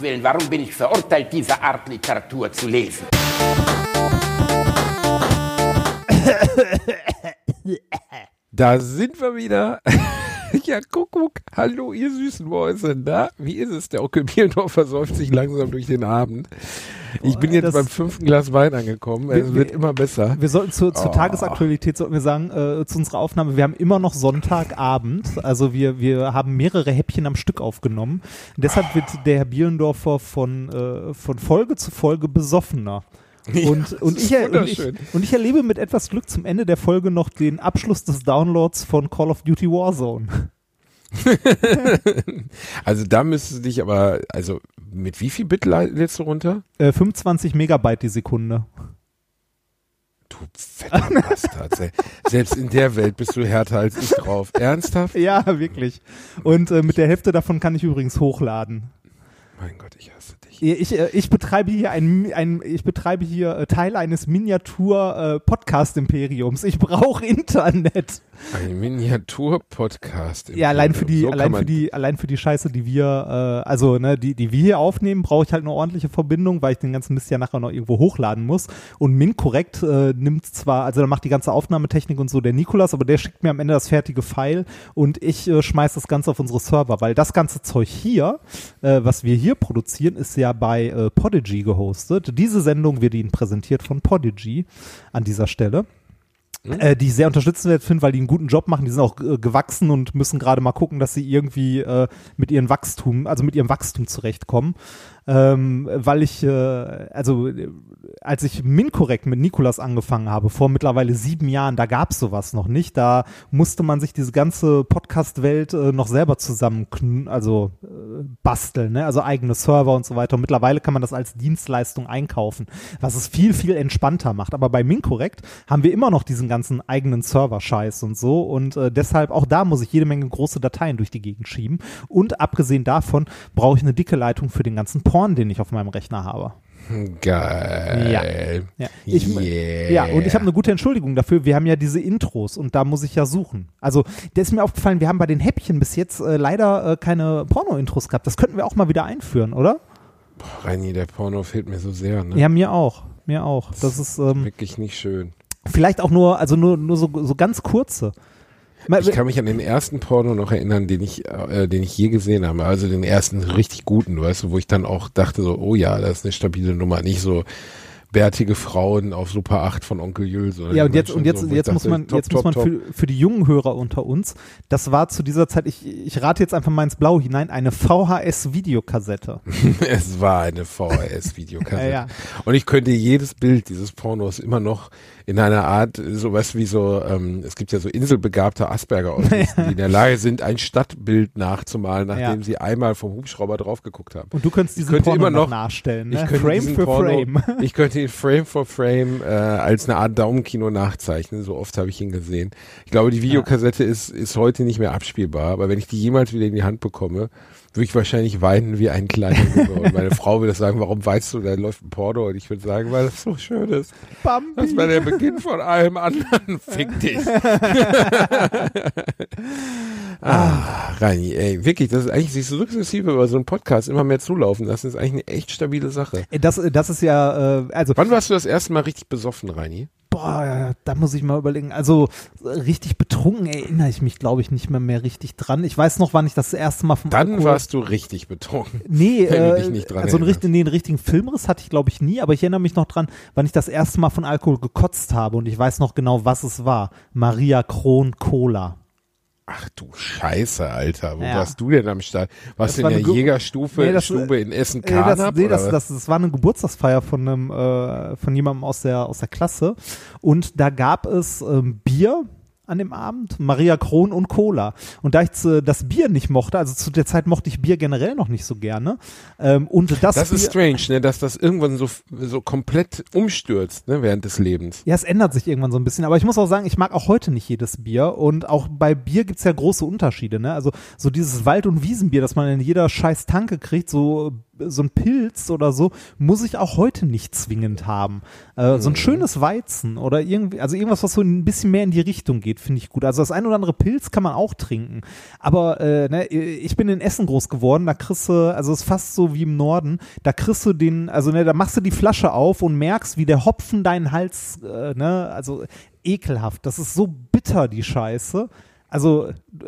Himmels Willen, warum bin ich verurteilt, diese Art Literatur zu lesen? Da sind wir wieder. Ja, Kuckuck. Hallo, ihr süßen Mäuse. Na, wie ist es? Der Onkel Bielendorf versäuft sich langsam durch den Abend. Ich bin jetzt beim 5. Glas Wein angekommen. Es wird immer besser. Wir sollten zur Tagesaktualität sollten wir sagen, zu unserer Aufnahme, wir haben immer noch Sonntagabend. Also wir haben mehrere Häppchen am Stück aufgenommen. Und deshalb wird der Herr Bielendorfer von Folge zu Folge besoffener. Und ich erlebe mit etwas Glück zum Ende der Folge noch den Abschluss des Downloads von Call of Duty Warzone. Also da müsstest du dich aber, also mit wie viel Bit lädst du runter? 25 Megabyte die Sekunde. Du fetter Bastard. Selbst in der Welt bist du härter als ich drauf. Ernsthaft? Ja, wirklich. Und mit der Hälfte davon kann ich übrigens hochladen. Mein Gott, ich hasse dich. Ich betreibe hier Teil eines Miniatur-Podcast-Imperiums. Ich brauche Internet. Ein Miniatur-Podcast. Ja, allein für die Scheiße, die wir, die wir hier aufnehmen, brauche ich halt eine ordentliche Verbindung, weil ich den ganzen Mist ja nachher noch irgendwo hochladen muss. Und MinCorrect nimmt zwar, also da macht die ganze Aufnahmetechnik und so der Nikolas, aber der schickt mir am Ende das fertige File und ich schmeiß das Ganze auf unsere Server, weil das ganze Zeug hier, was wir hier produzieren, ist ja bei Podigy gehostet. Diese Sendung wird Ihnen präsentiert von Podigy an dieser Stelle. Die ich sehr unterstützenswert finde, weil die einen guten Job machen. Die sind auch gewachsen und müssen gerade mal gucken, dass sie irgendwie mit ihrem Wachstum zurechtkommen. Weil ich, als ich MinCorrect mit Nikolas angefangen habe, vor mittlerweile 7 Jahren, da gab es sowas noch nicht. Da musste man sich diese ganze Podcast-Welt noch selber zusammen basteln, ne? Also eigene Server und so weiter. Und mittlerweile kann man das als Dienstleistung einkaufen, was es viel, viel entspannter macht. Aber bei MinCorrect haben wir immer noch diesen ganzen eigenen Server-Scheiß und so. Und deshalb, auch da muss ich jede Menge große Dateien durch die Gegend schieben. Und abgesehen davon brauche ich eine dicke Leitung für den ganzen Porn, den ich auf meinem Rechner habe. Geil. Ja. Und ich habe eine gute Entschuldigung dafür. Wir haben ja diese Intros und da muss ich ja suchen. Also, der ist mir aufgefallen, wir haben bei den Häppchen bis jetzt leider keine Porno-Intros gehabt. Das könnten wir auch mal wieder einführen, oder? Boah, Reini, der Porno fehlt mir so sehr, ne? Ja, mir auch. Das ist wirklich nicht schön. Vielleicht auch nur so ganz kurze. Ich kann mich an den ersten Porno noch erinnern, den ich je gesehen habe. Also den ersten richtig guten, weißt du, wo ich dann auch dachte so, oh ja, das ist eine stabile Nummer. Nicht so bärtige Frauen auf Super 8 von Onkel Jules. Ja, und jetzt muss man für die jungen Hörer unter uns, das war zu dieser Zeit, ich rate jetzt einfach mal ins Blaue hinein, eine VHS-Videokassette. Es war eine VHS-Videokassette. Ja. Und ich könnte jedes Bild dieses Pornos immer noch in einer Art, sowas wie so, es gibt ja so inselbegabte Asperger-Autisten, die in der Lage sind, ein Stadtbild nachzumalen, nachdem sie einmal vom Hubschrauber drauf geguckt haben. Und du könntest diesen Porno noch nachstellen, ne? Frame für Frame. Ich könnte ihn Frame for Frame als eine Art Daumenkino nachzeichnen, so oft habe ich ihn gesehen. Ich glaube, die Videokassette ist heute nicht mehr abspielbar, aber wenn ich die jemals wieder in die Hand bekomme, würde ich wahrscheinlich weinen wie ein kleiner Junge. Und meine Frau würde sagen, warum weinst du, da läuft ein Porno? Und ich würde sagen, weil das so schön ist. Bambi. Das war der Beginn von allem anderen. Fick dich. Reini, ey, wirklich, das ist eigentlich sich so sukzessive über so einen Podcast immer mehr zulaufen. Das ist eigentlich eine echt stabile Sache. Das ist ja, Wann warst du das erste Mal richtig besoffen, Reini? Boah, da muss ich mal überlegen. Also richtig betrunken erinnere ich mich, glaube ich, nicht mehr richtig dran. Ich weiß noch, wann ich das erste Mal vom Alkohol... Dann warst du richtig betrunken. Nee, wenn du dich nicht dran erinnerst. einen richtigen Filmriss hatte ich, glaube ich, nie. Aber ich erinnere mich noch dran, wann ich das erste Mal von Alkohol gekotzt habe. Und ich weiß noch genau, was es war. Maria Kron Cola. Ach du Scheiße, Alter. Wo warst du denn am Start? Warst du in der Jägerstube in Essen-Karnap? Das war eine Geburtstagsfeier von jemandem aus der Klasse. Und da gab es Bier an dem Abend, Maria Kron und Cola. Und da ich das Bier nicht mochte, also zu der Zeit mochte ich Bier generell noch nicht so gerne. Das ist strange, ne, dass das irgendwann so komplett umstürzt, ne, während des Lebens. Ja, es ändert sich irgendwann so ein bisschen. Aber ich muss auch sagen, ich mag auch heute nicht jedes Bier. Und auch bei Bier gibt's ja große Unterschiede, ne? Also so dieses Wald- und Wiesenbier, das man in jeder scheiß Tanke kriegt, so so ein Pilz oder so muss ich auch heute nicht zwingend haben. So ein schönes Weizen oder irgendwie, also irgendwas, was so ein bisschen mehr in die Richtung geht, finde ich gut. Also das ein oder andere Pilz kann man auch trinken. Aber ich bin in Essen groß geworden, da kriegst du, also es ist fast so wie im Norden, da kriegst du da machst du die Flasche auf und merkst, wie der Hopfen deinen Hals, also ekelhaft. Das ist so bitter, die Scheiße. Also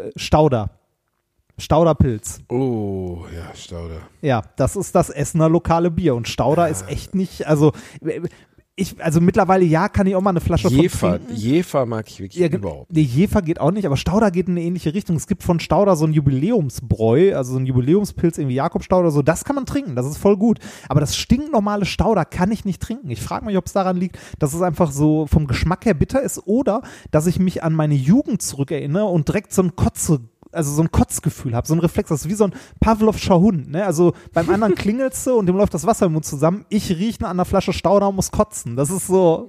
Stauderpilz. Oh, ja, Stauder. Ja, das ist das Essener lokale Bier und Stauder ist echt nicht, also mittlerweile kann ich auch mal eine Flasche von trinken. Jefer mag ich wirklich überhaupt. Nee, Jefer geht auch nicht, aber Stauder geht in eine ähnliche Richtung. Es gibt von Stauder so ein Jubiläumsbräu, also so ein Jubiläumspilz, irgendwie Jakobstauder, so, das kann man trinken, das ist voll gut. Aber das stinknormale Stauder kann ich nicht trinken. Ich frage mich, ob es daran liegt, dass es einfach so vom Geschmack her bitter ist oder dass ich mich an meine Jugend zurückerinnere und direkt so ein Kotzgefühl habe, so ein Reflex, das ist wie so ein Pavlovscher Hund, ne? Also beim anderen klingelst du und dem läuft das Wasser im Mund zusammen, ich rieche an der Flasche Stauder und muss kotzen. Das ist so,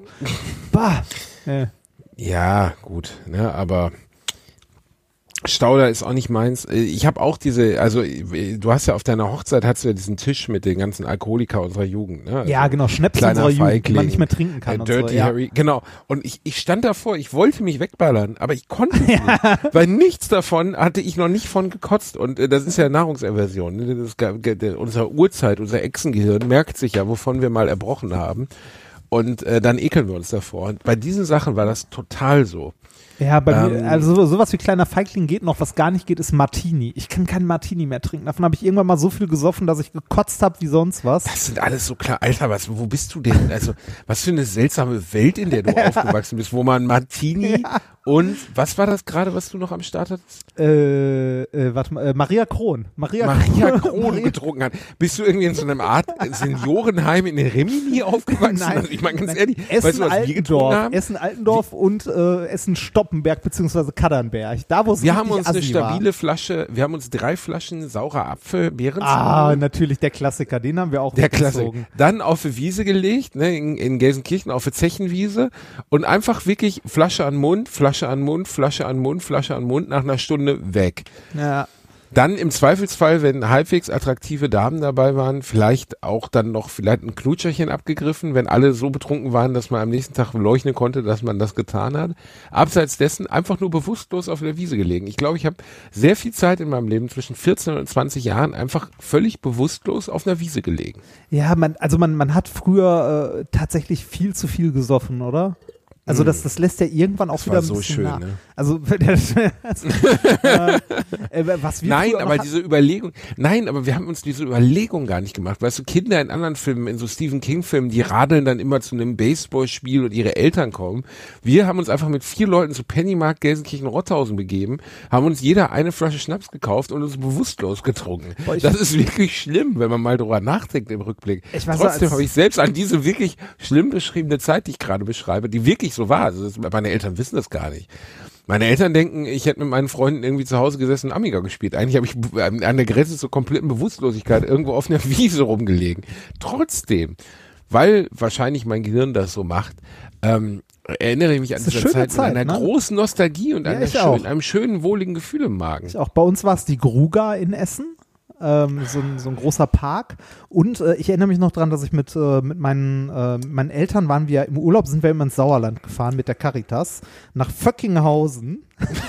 Ja, gut, ne, aber Stauder ist auch nicht meins. Ich habe auch du hast ja auf deiner Hochzeit hast du ja diesen Tisch mit den ganzen Alkoholiker unserer Jugend. Ne? Also ja, genau, Schnäpse unserer Jugend, die man nicht mehr trinken kann. Dirty Harry, genau. Und ich stand davor, ich wollte mich wegballern, aber ich konnte es nicht, weil nichts davon hatte ich noch nicht von gekotzt. Und das ist ja Nahrungsaversion. Ne? Unser Urzeit, unser Echsengehirn merkt sich ja, wovon wir mal erbrochen haben. Und dann ekeln wir uns davor. Und bei diesen Sachen war das total so. Ja, bei mir, also sowas wie kleiner Feigling geht noch, was gar nicht geht, ist Martini. Ich kann keinen Martini mehr trinken. Davon habe ich irgendwann mal so viel gesoffen, dass ich gekotzt habe wie sonst was. Das sind alles so klar. Alter, wo bist du denn? Also, was für eine seltsame Welt, in der du aufgewachsen bist, wo man Martini und, was war das gerade, was du noch am Start hattest? Maria Kron. Maria Kron getrunken hat. Bist du irgendwie in so einer Art Seniorenheim in Rimini aufgewachsen? Nein. Also, ich meine ganz ehrlich, Essen-Altendorf und Essen-Stoppenberg beziehungsweise Kaddernberg. Da, wo es wir haben uns eine stabile Flasche, wir haben uns 3 Flaschen saurer Apfel, Beerenzen. Natürlich, der Klassiker, den haben wir auch der Klassiker. Dann auf die Wiese gelegt, ne, in Gelsenkirchen auf die Zechenwiese und einfach wirklich Flasche an Mund, Flasche an Mund, Flasche an Mund, Flasche an Mund, nach einer Stunde weg. Ja. Dann im Zweifelsfall, wenn halbwegs attraktive Damen dabei waren, vielleicht auch dann noch ein Knutscherchen abgegriffen, wenn alle so betrunken waren, dass man am nächsten Tag leuchten konnte, dass man das getan hat. Abseits dessen einfach nur bewusstlos auf der Wiese gelegen. Ich glaube, ich habe sehr viel Zeit in meinem Leben zwischen 14 und 20 Jahren einfach völlig bewusstlos auf einer Wiese gelegen. Ja, man hat früher tatsächlich viel zu viel gesoffen, oder? Also das lässt ja irgendwann auch wieder ein bisschen schön, nach. Ne? Also was wir Nein, aber diese Überlegung, aber wir haben uns diese Überlegung gar nicht gemacht. Weißt du, Kinder in anderen Filmen, in so Stephen King Filmen, die radeln dann immer zu einem Baseballspiel und ihre Eltern kommen. Wir haben uns einfach mit 4 Leuten zu Pennymarkt, Gelsenkirchen, Rotthausen begeben, haben uns jeder eine Flasche Schnaps gekauft und uns bewusstlos getrunken. Das ist wirklich schlimm, wenn man mal drüber nachdenkt im Rückblick. Trotzdem habe ich selbst an diese wirklich schlimm beschriebene Zeit, die ich gerade beschreibe, die wirklich so war. Also meine Eltern wissen das gar nicht. Meine Eltern denken, ich hätte mit meinen Freunden irgendwie zu Hause gesessen und Amiga gespielt. Eigentlich habe ich an der Grenze zur kompletten Bewusstlosigkeit irgendwo auf einer Wiese rumgelegen. Trotzdem, weil wahrscheinlich mein Gehirn das so macht, erinnere ich mich an diese Zeit mit einer großen Nostalgie und einem schönen, wohligen Gefühl im Magen. Auch bei uns war es die Gruga in Essen. So ein großer Park und ich erinnere mich noch dran, dass ich mit meinen Eltern waren wir im Urlaub, sind wir immer ins Sauerland gefahren mit der Caritas nach Vöckinghausen.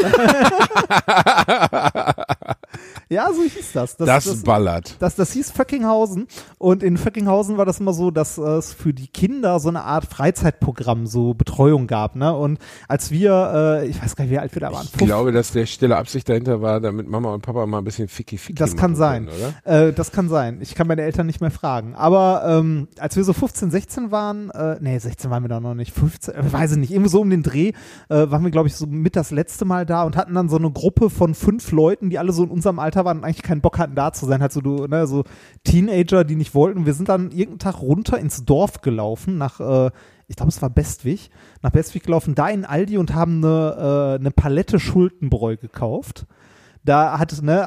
Ja, so hieß das. Das ballert. Das hieß Vöckinghausen und in Vöckinghausen war das immer so, dass es für die Kinder so eine Art Freizeitprogramm, so Betreuung gab, ne? Und als wir, ich weiß gar nicht, wie alt wir da waren. Ich glaube, dass der stille Absicht dahinter war, damit Mama und Papa mal ein bisschen Ficky Das kann sein, oder? Das kann sein. Ich kann meine Eltern nicht mehr fragen. Aber als wir so 15, 16 waren, 16 waren wir da noch nicht, 15, weiß ich nicht, irgendwie so um den Dreh, waren wir, glaube ich, so mit das letzte Mal da und hatten dann so eine Gruppe von 5 Leuten, die alle so in unserem Alter waren und eigentlich keinen Bock hatten, da zu sein. Halt so Teenager, die nicht wollten. Wir sind dann irgendeinen Tag runter ins Dorf gelaufen, nach, ich glaube, es war Bestwig, nach Bestwig gelaufen, da in Aldi und haben eine Palette Schultenbräu gekauft. Da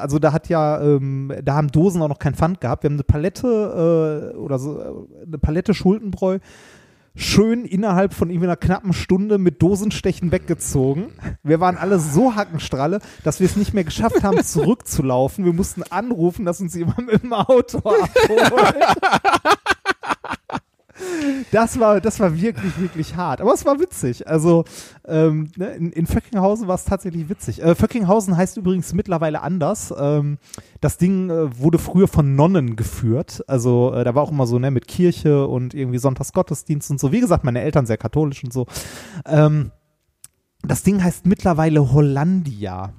haben Dosen auch noch kein Pfand gehabt. Wir haben eine Palette eine Palette Schultenbräu schön innerhalb von irgendwie einer knappen Stunde mit Dosenstechen weggezogen. Wir waren alle so Hackenstralle, dass wir es nicht mehr geschafft haben, zurückzulaufen. Wir mussten anrufen, dass uns jemand mit dem Auto abholt. Das war wirklich, wirklich hart. Aber es war witzig. Also in Vöckinghausen war es tatsächlich witzig. Vöckinghausen heißt übrigens mittlerweile anders. Das Ding wurde früher von Nonnen geführt. Also da war auch immer so mit Kirche und irgendwie Sonntagsgottesdienst und so. Wie gesagt, meine Eltern sehr katholisch und so. Das Ding heißt mittlerweile Hollandia.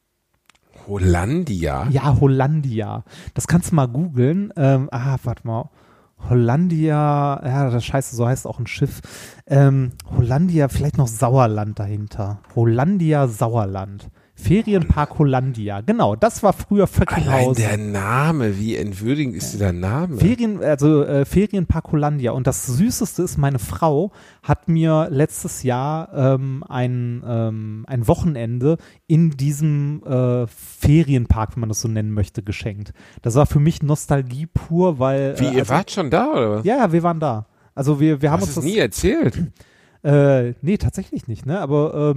Hollandia? Ja, Hollandia. Das kannst du mal googeln. Warte mal. Hollandia, ja, das scheiße, so heißt auch ein Schiff. Hollandia, vielleicht noch Sauerland dahinter. Hollandia, Sauerland. Ferienpark Hollandia, genau, das war früher Vöckinghausen. Allein der Name, wie entwürdigend ist dieser Name? Ferienpark Hollandia. Und das Süßeste ist, meine Frau hat mir letztes Jahr ein Wochenende in diesem Ferienpark, wenn man das so nennen möchte, geschenkt. Das war für mich Nostalgie pur, weil... Wie, ihr wart schon da, oder was? Ja, wir waren da. Also wir haben uns das nie erzählt? Nee, tatsächlich nicht, ne, aber...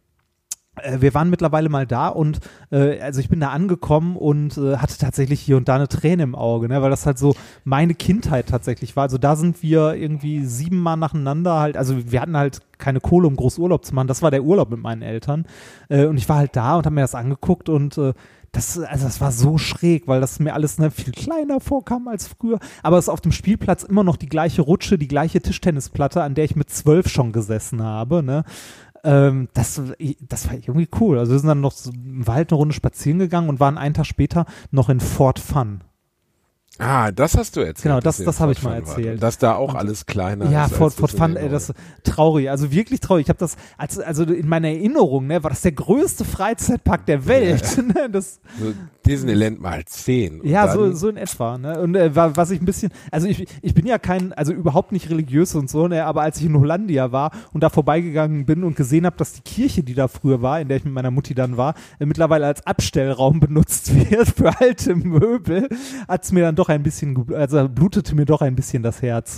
wir waren mittlerweile mal da und also ich bin da angekommen und hatte tatsächlich hier und da eine Träne im Auge, ne, weil das halt so meine Kindheit tatsächlich war. Also da sind wir irgendwie 7 Mal nacheinander halt, also wir hatten halt keine Kohle, um groß Urlaub zu machen. Das war der Urlaub mit meinen Eltern und ich war halt da und habe mir das angeguckt und das war so schräg, weil das mir alles viel kleiner vorkam als früher. Aber es ist auf dem Spielplatz immer noch die gleiche Rutsche, die gleiche Tischtennisplatte, an der ich mit 12 schon gesessen habe, ne. Das war irgendwie cool. Also wir sind dann noch so im Wald eine Runde spazieren gegangen und waren einen Tag später noch in Fort Fun. Ah, das hast du erzählt. Genau, das habe ich mal erzählt. Dass da auch alles kleiner ja, ist. Ja, Fort Fun, das ist traurig, also wirklich traurig. Ich habe das, also in meiner Erinnerung, ne, war das der größte Freizeitpark der Welt. Ja. Das, so Disneyland mal 10. Ja, so in etwa. Ne? Und was ich ein bisschen, also ich bin ja überhaupt nicht religiös und so, ne, aber als ich in Hollandia war und da vorbeigegangen bin und gesehen habe, dass die Kirche, die da früher war, in der ich mit meiner Mutti dann war, mittlerweile als Abstellraum benutzt wird für alte Möbel, hat es mir dann doch ein bisschen, also blutete mir doch ein bisschen das Herz.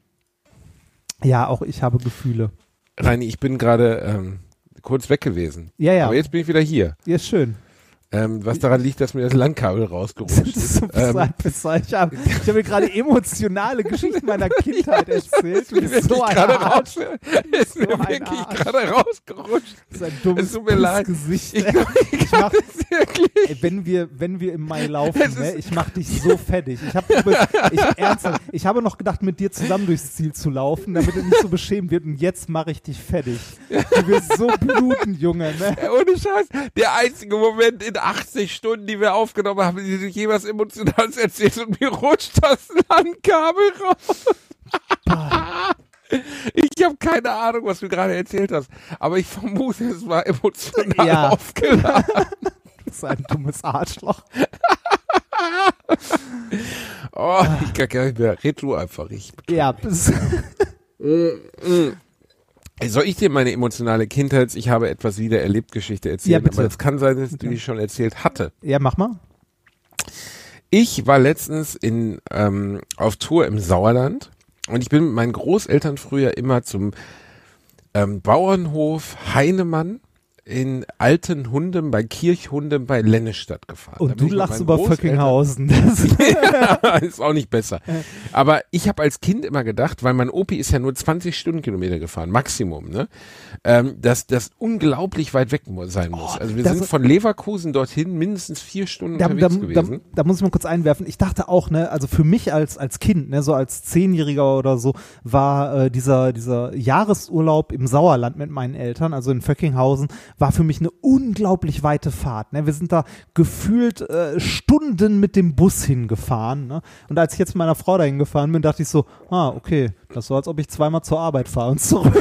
Ja, auch ich habe Gefühle. Reini, ich bin gerade kurz weg gewesen. Ja. Aber jetzt bin ich wieder hier. Ja, ist schön. Was daran liegt, dass mir das Landkabel rausgerutscht ist. Ich habe mir gerade emotionale Geschichten meiner Kindheit erzählt. Du bist so ein Arsch. Ist mir wirklich gerade rausgerutscht. Das ist ein dummes Gesicht. Ich mach, wenn wir im Mai laufen, ne, ich mach dich so fertig. Ich habe noch gedacht, mit dir zusammen durchs Ziel zu laufen, damit er nicht so beschämt wird. Und jetzt mache ich dich fertig. Du wirst so bluten, Junge. Ne? Ohne Scheiß. Der einzige Moment in 80 Stunden, die wir aufgenommen haben, die sich jeweils Emotionales erzählt und mir rutscht das Landkabel raus. Ich habe keine Ahnung, was du gerade erzählt hast, aber ich vermute, es war emotional aufgeladen. Du bist ein dummes Arschloch. Ich kann gar nicht mehr. Red du einfach. Soll ich dir meine emotionale Kindheit, ich habe etwas wieder erlebt, Geschichte erzählen? Ja, aber es kann sein, dass du die schon erzählt hatte. Ja, mach mal. Ich war letztens auf Tour im Sauerland und ich bin mit meinen Großeltern früher immer zum Bauernhof Heinemann in Altenhundem bei Kirchhundem bei Lennestadt gefahren. Und du lachst über Vöckinghausen. Ja, ist auch nicht besser. Aber ich habe als Kind immer gedacht, weil mein Opi ist ja nur 20 Stundenkilometer gefahren, Maximum, ne? Dass das unglaublich weit weg sein muss. Also wir sind von Leverkusen dorthin mindestens 4 Stunden unterwegs gewesen. Da muss ich mal kurz einwerfen. Ich dachte auch, ne, also für mich als Kind, ne, so als 10-Jähriger oder so, war dieser Jahresurlaub im Sauerland mit meinen Eltern, also in Vöckinghausen, war für mich eine unglaublich weite Fahrt. Ne? Wir sind da gefühlt Stunden mit dem Bus hingefahren. Ne? Und als ich jetzt mit meiner Frau dahin gefahren bin, dachte ich so, okay, das ist so, als ob ich zweimal zur Arbeit fahre und zurück.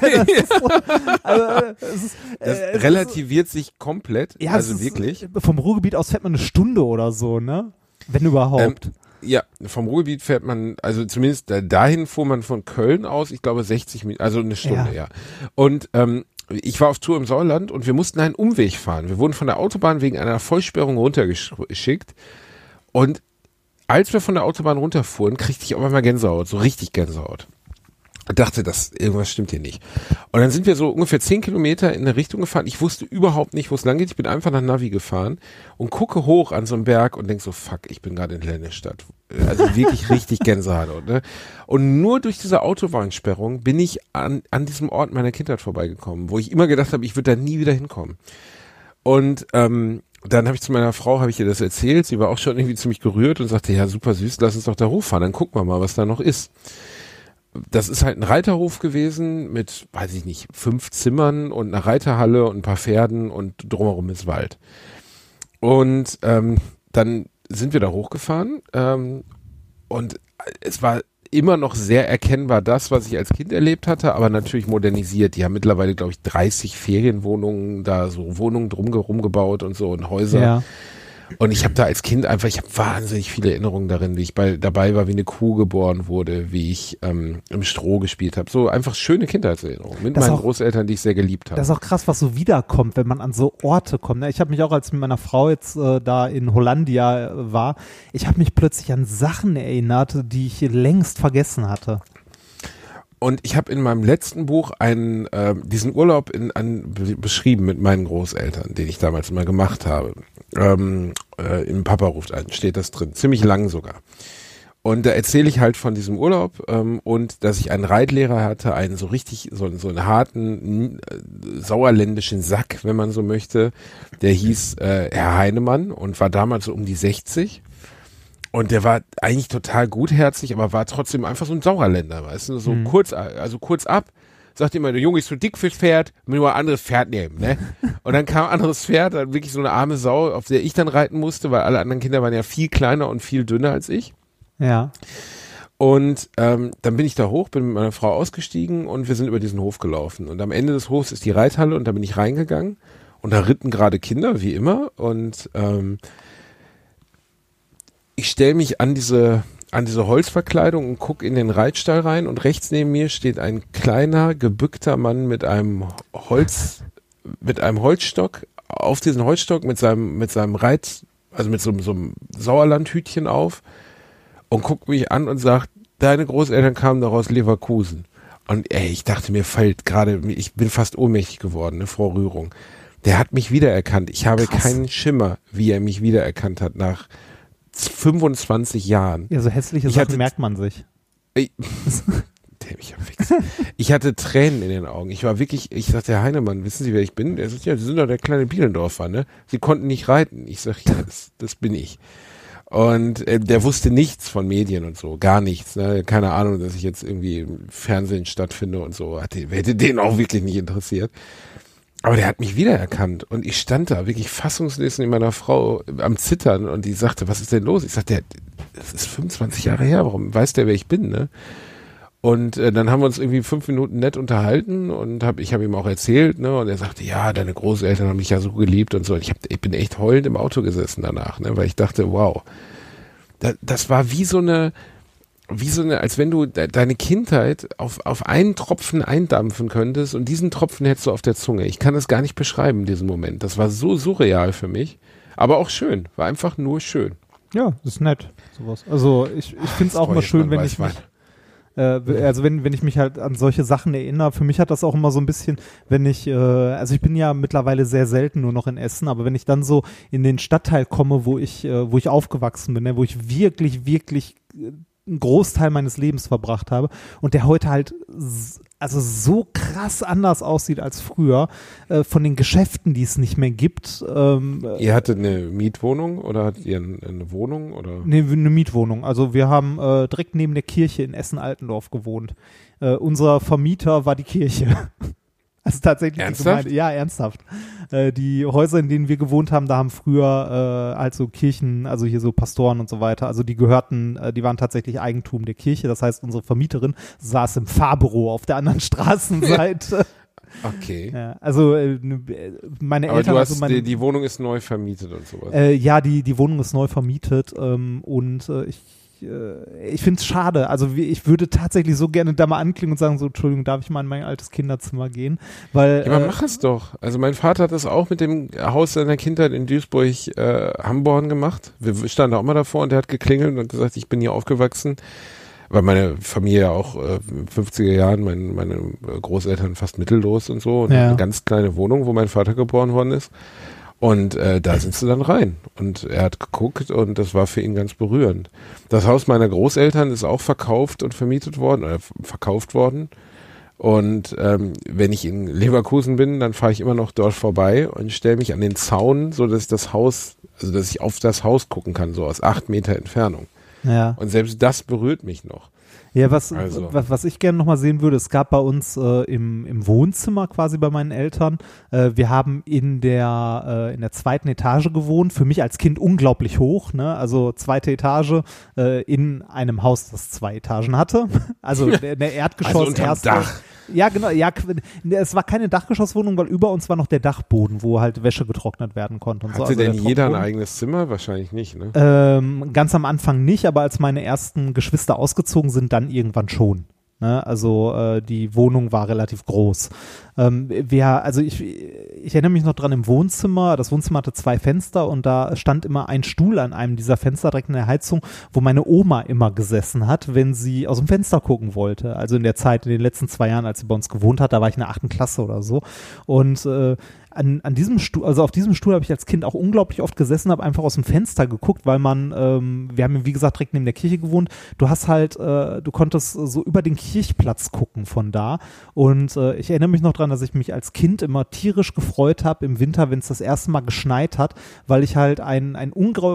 Das relativiert sich komplett, ja, also wirklich. Vom Ruhrgebiet aus fährt man eine Stunde oder so, ne? Wenn überhaupt. Ja, vom Ruhrgebiet fährt man, also zumindest dahin fuhr man von Köln aus, ich glaube 60 Minuten, also eine Stunde, ja. Und ich war auf Tour im Sauerland und wir mussten einen Umweg fahren. Wir wurden von der Autobahn wegen einer Vollsperrung runtergeschickt und als wir von der Autobahn runterfuhren, kriegte ich auf einmal Gänsehaut, so richtig Gänsehaut. dachte, irgendwas stimmt hier nicht. Und dann sind wir so ungefähr 10 Kilometer in eine Richtung gefahren. Ich wusste überhaupt nicht, wo es lang geht. Ich bin einfach nach Navi gefahren und gucke hoch an so einen Berg und denk so, fuck, ich bin gerade in Lennestadt. Also wirklich richtig Gänsehaut. Ne? Und nur durch diese Autobahnsperrung bin ich an diesem Ort meiner Kindheit vorbeigekommen, wo ich immer gedacht habe, ich würde da nie wieder hinkommen. Und dann habe ich zu meiner Frau, habe ich ihr das erzählt. Sie war auch schon irgendwie ziemlich gerührt und sagte, ja, super süß, lass uns doch da hochfahren. Dann gucken wir mal, was da noch ist. Das ist halt ein Reiterhof gewesen mit, weiß ich nicht, 5 Zimmern und einer Reiterhalle und ein paar Pferden und drumherum ist Wald. Und dann sind wir da hochgefahren und es war immer noch sehr erkennbar das, was ich als Kind erlebt hatte, aber natürlich modernisiert. Die haben mittlerweile, glaube ich, 30 Ferienwohnungen, da so Wohnungen drumherum gebaut und so und Häuser. Ja. Und ich habe da als Kind einfach, ich habe wahnsinnig viele Erinnerungen darin, wie ich dabei war, wie eine Kuh geboren wurde, wie ich im Stroh gespielt habe. So einfach schöne Kindheitserinnerungen mit meinen Großeltern, die ich sehr geliebt habe. Das ist auch krass, was so wiederkommt, wenn man an so Orte kommt. Ich habe mich auch, als ich mit meiner Frau jetzt da in Hollandia war, ich habe mich plötzlich an Sachen erinnert, die ich längst vergessen hatte. Und ich habe in meinem letzten Buch diesen Urlaub beschrieben mit meinen Großeltern, den ich damals immer gemacht habe. Im Papa ruft an, steht das drin, ziemlich lang sogar. Und da erzähle ich halt von diesem Urlaub und dass ich einen Reitlehrer hatte, einen so richtig, so einen harten, sauerländischen Sack, wenn man so möchte. Der hieß Herr Heinemann und war damals so um die 60. Und der war eigentlich total gutherzig, aber war trotzdem einfach so ein Sauerländer, weißt du, so kurz ab, sagte immer, der Junge ist zu dick fürs Pferd, nur ein anderes Pferd nehmen, ne? Und dann kam ein anderes Pferd, dann wirklich so eine arme Sau, auf der ich dann reiten musste, weil alle anderen Kinder waren ja viel kleiner und viel dünner als ich. Ja. Und dann bin ich da hoch, bin mit meiner Frau ausgestiegen und wir sind über diesen Hof gelaufen. Und am Ende des Hofs ist die Reithalle und da bin ich reingegangen und da ritten gerade Kinder, wie immer, und ich stelle mich an diese Holzverkleidung und gucke in den Reitstall rein und rechts neben mir steht ein kleiner, gebückter Mann mit einem Holzstock, auf diesen Holzstock mit seinem also mit so einem Sauerlandhütchen auf und guckt mich an und sagt, deine Großeltern kamen doch aus Leverkusen. Und ich dachte, mir fällt gerade, ich bin fast ohnmächtig geworden, ne, vor Rührung. Der hat mich wiedererkannt. Ich habe keinen Schimmer, wie er mich wiedererkannt hat nach 25 Jahren. Ja, so hässliche Sachen merkt man sich. Ich hatte Tränen in den Augen. Ich sagte, Herr Heinemann, wissen Sie, wer ich bin? Er sagt, ja, Sie sind doch der kleine Bielendorfer, ne? Sie konnten nicht reiten. Ich sag, ja, das bin ich. Und der wusste nichts von Medien und so, gar nichts, ne? Keine Ahnung, dass ich jetzt irgendwie im Fernsehen stattfinde und so. Hätte den auch wirklich nicht interessiert. Aber der hat mich wiedererkannt und ich stand da wirklich fassungslos neben meiner Frau am Zittern und die sagte, was ist denn los? Ich sagte, das ist 25 Jahre her, warum weiß der, wer ich bin, ne? Und dann haben wir uns irgendwie 5 Minuten nett unterhalten und ich habe ihm auch erzählt, ne? Und er sagte, ja, deine Großeltern haben mich ja so geliebt und so. Und ich bin echt heulend im Auto gesessen danach, ne? Weil ich dachte, wow, das war wie so eine, als wenn du deine Kindheit auf einen Tropfen eindampfen könntest und diesen Tropfen hättest du auf der Zunge. Ich kann das gar nicht beschreiben, diesen Moment. Das war so surreal für mich, aber auch schön. War einfach nur schön. Ja, das ist nett, sowas. Also ich finde es auch immer schön, wenn ich mich, wenn ich mich halt an solche Sachen erinnere. Für mich hat das auch immer so ein bisschen, wenn ich, also ich bin ja mittlerweile sehr selten nur noch in Essen, aber wenn ich dann so in den Stadtteil komme, wo ich aufgewachsen bin, ne, wo ich wirklich einen Großteil meines Lebens verbracht habe und der heute halt also so krass anders aussieht als früher, von den Geschäften, die es nicht mehr gibt. Ihr hattet eine Mietwohnung oder hattet ihr eine Wohnung? Oder? Nee, eine Mietwohnung. Also wir haben direkt neben der Kirche in Essen-Altendorf gewohnt. Unser Vermieter war die Kirche. Also tatsächlich. Ernsthaft? Ja, ernsthaft. Die Häuser, in denen wir gewohnt haben, da haben früher halt so Kirchen, also hier so Pastoren und so weiter, also die waren tatsächlich Eigentum der Kirche. Das heißt, unsere Vermieterin saß im Fahrbüro auf der anderen Straßenseite. Okay. Ja, also meine Aber Eltern... du hast, die Wohnung ist neu vermietet und sowas. Ja, die Wohnung ist neu vermietet und ich finde es schade. Also ich würde tatsächlich so gerne da mal anklingen und sagen so, Entschuldigung, darf ich mal in mein altes Kinderzimmer gehen? Weil, ja, aber mach es doch. Also mein Vater hat das auch mit dem Haus seiner Kindheit in Duisburg-Hamborn gemacht. Wir standen auch immer davor und der hat geklingelt und gesagt, ich bin hier aufgewachsen. weil meine Familie ja auch in den 50er Jahren, meine Großeltern fast mittellos und so, und eine ganz kleine Wohnung, wo mein Vater geboren worden ist. Und da sind sie dann rein. Und er hat geguckt und das war für ihn ganz berührend. Das Haus meiner Großeltern ist auch verkauft und vermietet worden oder verkauft worden. Und wenn ich in Leverkusen bin, dann fahre ich immer noch dort vorbei und stelle mich an den Zaun, so dass das Haus, also dass ich auf das Haus gucken kann, so aus 8 Meter Entfernung. Ja. Und selbst das berührt mich noch. Ja, was ich gerne nochmal sehen würde, es gab bei uns im Wohnzimmer quasi bei meinen Eltern, wir haben in der 2. Etage gewohnt, für mich als Kind unglaublich hoch, ne? Also 2. Etage in einem Haus, das 2 Etagen hatte, also der Erdgeschoss. Also unterm Dach. Ja, genau, ja, es war keine Dachgeschosswohnung, weil über uns war noch der Dachboden, wo halt Wäsche getrocknet werden konnte und so. Hatte denn jeder ein eigenes Zimmer? Wahrscheinlich nicht, ne? Ganz am Anfang nicht, aber als meine ersten Geschwister ausgezogen sind, dann irgendwann schon. Ne? Also die Wohnung war relativ groß. Ich erinnere mich noch dran im Wohnzimmer, das Wohnzimmer hatte 2 Fenster und da stand immer ein Stuhl an einem dieser Fenster direkt in der Heizung, wo meine Oma immer gesessen hat, wenn sie aus dem Fenster gucken wollte. Also in der Zeit, in den letzten 2 Jahren, als sie bei uns gewohnt hat, da war ich in der 8. Klasse oder so. Und an diesem Stuhl, also auf diesem Stuhl habe ich als Kind auch unglaublich oft gesessen, habe einfach aus dem Fenster geguckt, weil wir haben wie gesagt direkt neben der Kirche gewohnt. Du hast halt, du konntest so über den Kirchplatz gucken von da. Und ich erinnere mich noch dran, dass ich mich als Kind immer tierisch gefreut habe im Winter, wenn es das erste Mal geschneit hat, weil ich halt einen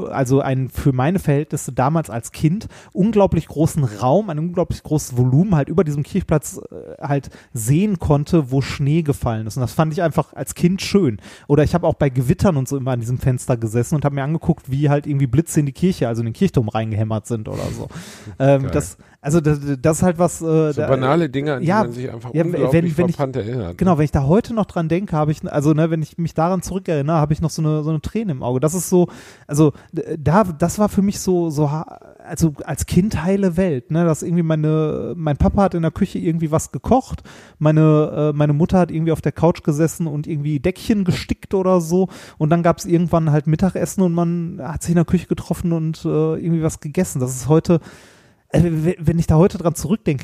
für meine Verhältnisse damals als Kind unglaublich großen Raum, ein unglaublich großes Volumen halt über diesem Kirchplatz halt sehen konnte, wo Schnee gefallen ist. Und das fand ich einfach als Kind schön. Oder ich habe auch bei Gewittern und so immer an diesem Fenster gesessen und habe mir angeguckt, wie halt irgendwie Blitze in die Kirche, also in den Kirchturm reingehämmert sind oder so. Das ist halt was. So banale Dinge, an die man sich einfach unglaublich verpannt erinnert. Genau, wenn ich da heute noch dran denke, habe ich, wenn ich mich daran zurückerinnere, habe ich noch so eine Träne im Auge. Das ist so, also das war für mich so also als Kind heile Welt, ne, dass irgendwie mein Papa hat in der Küche irgendwie was gekocht, meine Mutter hat irgendwie auf der Couch gesessen und irgendwie Deckchen gestickt oder so und dann gab es irgendwann halt Mittagessen und man hat sich in der Küche getroffen und irgendwie was gegessen. Das ist heute, wenn ich da heute dran zurückdenke,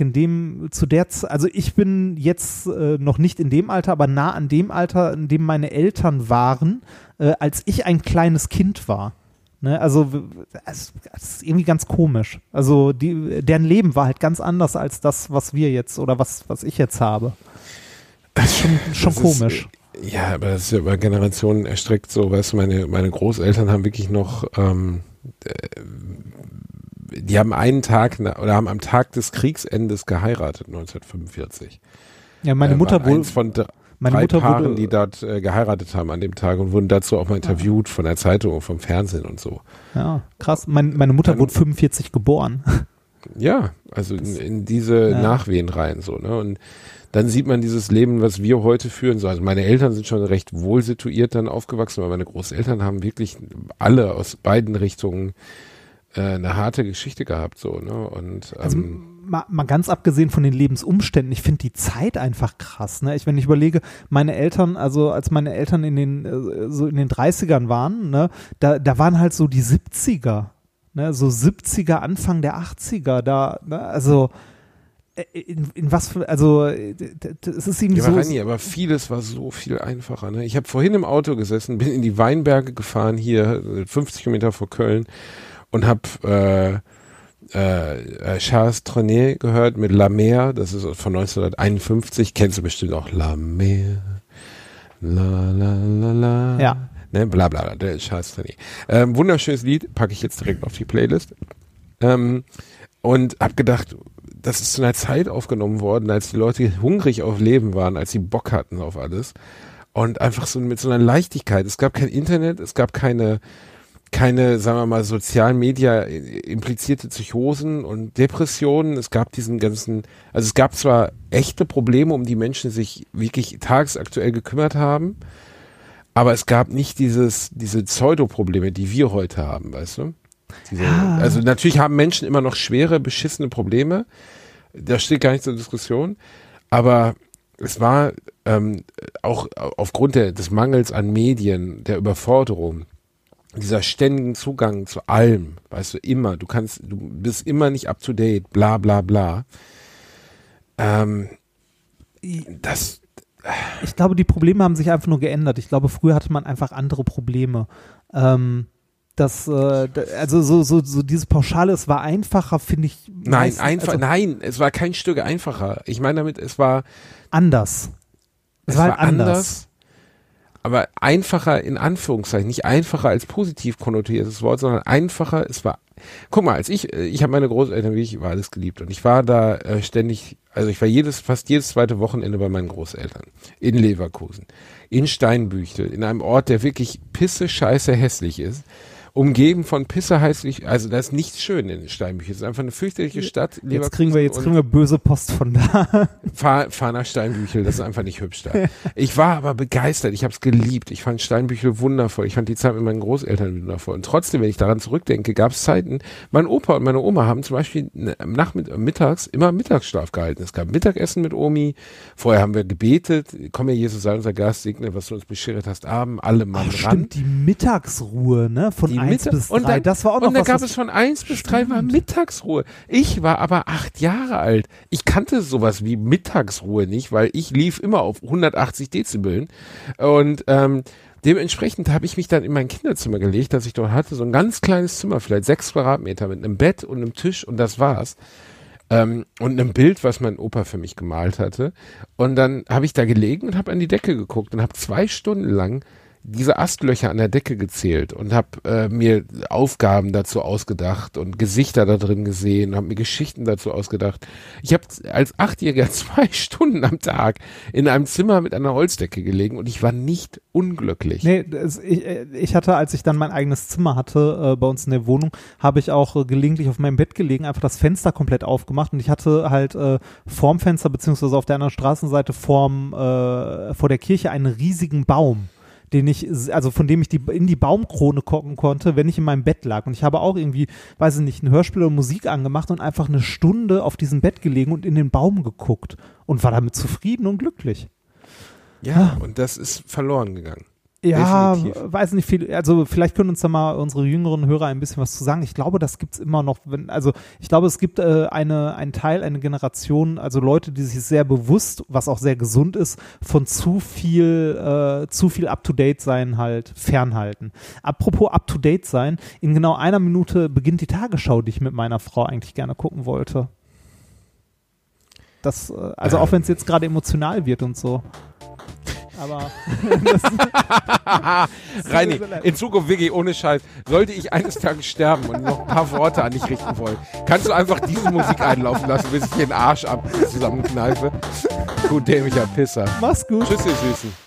also ich bin jetzt noch nicht in dem Alter, aber nah an dem Alter, in dem meine Eltern waren, als ich ein kleines Kind war. Ne, also es ist irgendwie ganz komisch. Also deren Leben war halt ganz anders als das, was wir jetzt oder was ich jetzt habe. Das ist schon komisch. Ja, aber das ist ja über Generationen erstreckt so, weißt du, meine Großeltern haben wirklich noch, die haben haben am Tag des Kriegsendes geheiratet, 1945. Ja, meine Mutter wohl. Eins von drei Paaren, die dort geheiratet haben an dem Tag und wurden dazu auch mal interviewt von der Zeitung und vom Fernsehen und so. Ja, krass. Meine Mutter wurde 45 geboren. Ja, also in diese Nachwehen rein so, ne? Und dann sieht man dieses Leben, was wir heute führen. So, also meine Eltern sind schon recht wohl situiert dann aufgewachsen, aber meine Großeltern haben wirklich alle aus beiden Richtungen eine harte Geschichte gehabt, so, ne? Und also mal ganz abgesehen von den Lebensumständen, ich finde die Zeit einfach krass, ne? Wenn ich überlege, meine Eltern, also als meine Eltern in den 30ern waren, ne, da waren halt so die 70er, ne, so 70er, Anfang der 80er, da, ne, also in was für, also es ist irgendwie so. Reini, aber vieles war so viel einfacher, ne? Ich habe vorhin im Auto gesessen, bin in die Weinberge gefahren, hier 50 Kilometer vor Köln und habe Charles Trenet gehört mit La Mer, das ist von 1951, kennst du bestimmt auch, La Mer, la la la la, ja, ne, bla bla, der Charles Trenet. Wunderschönes Lied, packe ich jetzt direkt auf die Playlist. Und hab gedacht, das ist zu einer Zeit aufgenommen worden, als die Leute hungrig auf Leben waren, als sie Bock hatten auf alles und einfach so mit so einer Leichtigkeit. Es gab kein Internet, es gab keine, sagen wir mal, sozialen Media implizierte Psychosen und Depressionen. Es gab diesen ganzen, also es gab zwar echte Probleme, um die Menschen sich wirklich tagesaktuell gekümmert haben, aber es gab nicht diese Pseudoprobleme, die wir heute haben, weißt du? Also natürlich haben Menschen immer noch schwere, beschissene Probleme. Da steht gar nicht zur Diskussion. Aber es war auch aufgrund des Mangels an Medien, der Überforderung, dieser ständigen Zugang zu allem, weißt du, immer, du bist immer nicht up to date, bla bla bla. Ich glaube, die Probleme haben sich einfach nur geändert. Ich glaube, früher hatte man einfach andere Probleme. Also so dieses Pauschale, es war einfacher, finde ich. Nein, nein, es war kein Stück einfacher. Ich meine damit, es war anders. Es war anders. Aber einfacher in Anführungszeichen, nicht einfacher als positiv konnotiertes Wort, sondern einfacher, guck mal, ich habe meine Großeltern, wie ich über alles geliebt und ich war da ständig, also ich war fast jedes zweite Wochenende bei meinen Großeltern in Leverkusen, in Steinbüchel, in einem Ort, der wirklich pisse scheiße hässlich ist, umgeben von pisse hässlich, also da ist nichts schön in Steinbüchel, es ist einfach eine fürchterliche Stadt. Jetzt kriegen wir böse Post von da. Fahr nach Steinbüchel, das ist einfach nicht hübsch da. Ich war aber begeistert, ich habe es geliebt, ich fand Steinbüchel wundervoll, ich fand die Zeit mit meinen Großeltern wundervoll und trotzdem, wenn ich daran zurückdenke, gab es Zeiten, mein Opa und meine Oma haben zum Beispiel mittags immer Mittagsschlaf gehalten. Es gab Mittagessen mit Omi, vorher haben wir gebetet, komm mir Jesus, sei unser Gast, segne, was du uns beschert hast, Abend, alle Mann ran. Stimmt, die Mittagsruhe, ne, von 1 bis 3, das war auch noch was. Und dann gab es von 1 bis 3 war Mittagsruhe. Ich war aber 8 Jahre alt. Ich kannte sowas wie Mittagsruhe nicht, weil ich lief immer auf 180 Dezibeln und dementsprechend habe ich mich dann in mein Kinderzimmer gelegt, das ich dort hatte, so ein ganz kleines Zimmer, vielleicht 6 Quadratmeter mit einem Bett und einem Tisch und das war's. Und einem Bild, was mein Opa für mich gemalt hatte. Und dann habe ich da gelegen und habe an die Decke geguckt und habe 2 Stunden lang diese Astlöcher an der Decke gezählt und habe mir Aufgaben dazu ausgedacht und Gesichter da drin gesehen, habe mir Geschichten dazu ausgedacht. Ich habe als 8-Jähriger 2 Stunden am Tag in einem Zimmer mit einer Holzdecke gelegen und ich war nicht unglücklich. Nee, ich hatte, als ich dann mein eigenes Zimmer hatte bei uns in der Wohnung, habe ich auch gelegentlich auf meinem Bett gelegen, einfach das Fenster komplett aufgemacht und ich hatte halt vorm Fenster beziehungsweise auf der anderen Straßenseite vor der Kirche einen riesigen Baum, von dem ich in die Baumkrone gucken konnte, wenn ich in meinem Bett lag. Und ich habe auch irgendwie, weiß ich nicht, ein Hörspiel oder Musik angemacht und einfach eine Stunde auf diesem Bett gelegen und in den Baum geguckt und war damit zufrieden und glücklich. Ja, und das ist verloren gegangen. Ja, definitiv. Weiß nicht viel, also vielleicht können uns da mal unsere jüngeren Hörer ein bisschen was zu sagen. Ich glaube, das gibt's immer noch, ich glaube, es gibt einen Teil, eine Generation, also Leute, die sich sehr bewusst, was auch sehr gesund ist, von zu viel Up-to-Date sein halt fernhalten. Apropos Up-to-Date sein, in genau 1 Minute beginnt die Tagesschau, die ich mit meiner Frau eigentlich gerne gucken wollte. Das, auch wenn es jetzt gerade emotional wird und so. Aber Reini, in Zukunft wirklich ohne Scheiß, sollte ich eines Tages sterben und noch ein paar Worte an dich richten wollen, kannst du einfach diese Musik einlaufen lassen, bis ich den Arsch zusammenkneife. Du dämlicher Pisser. Mach's gut. Tschüss, ihr Süßen.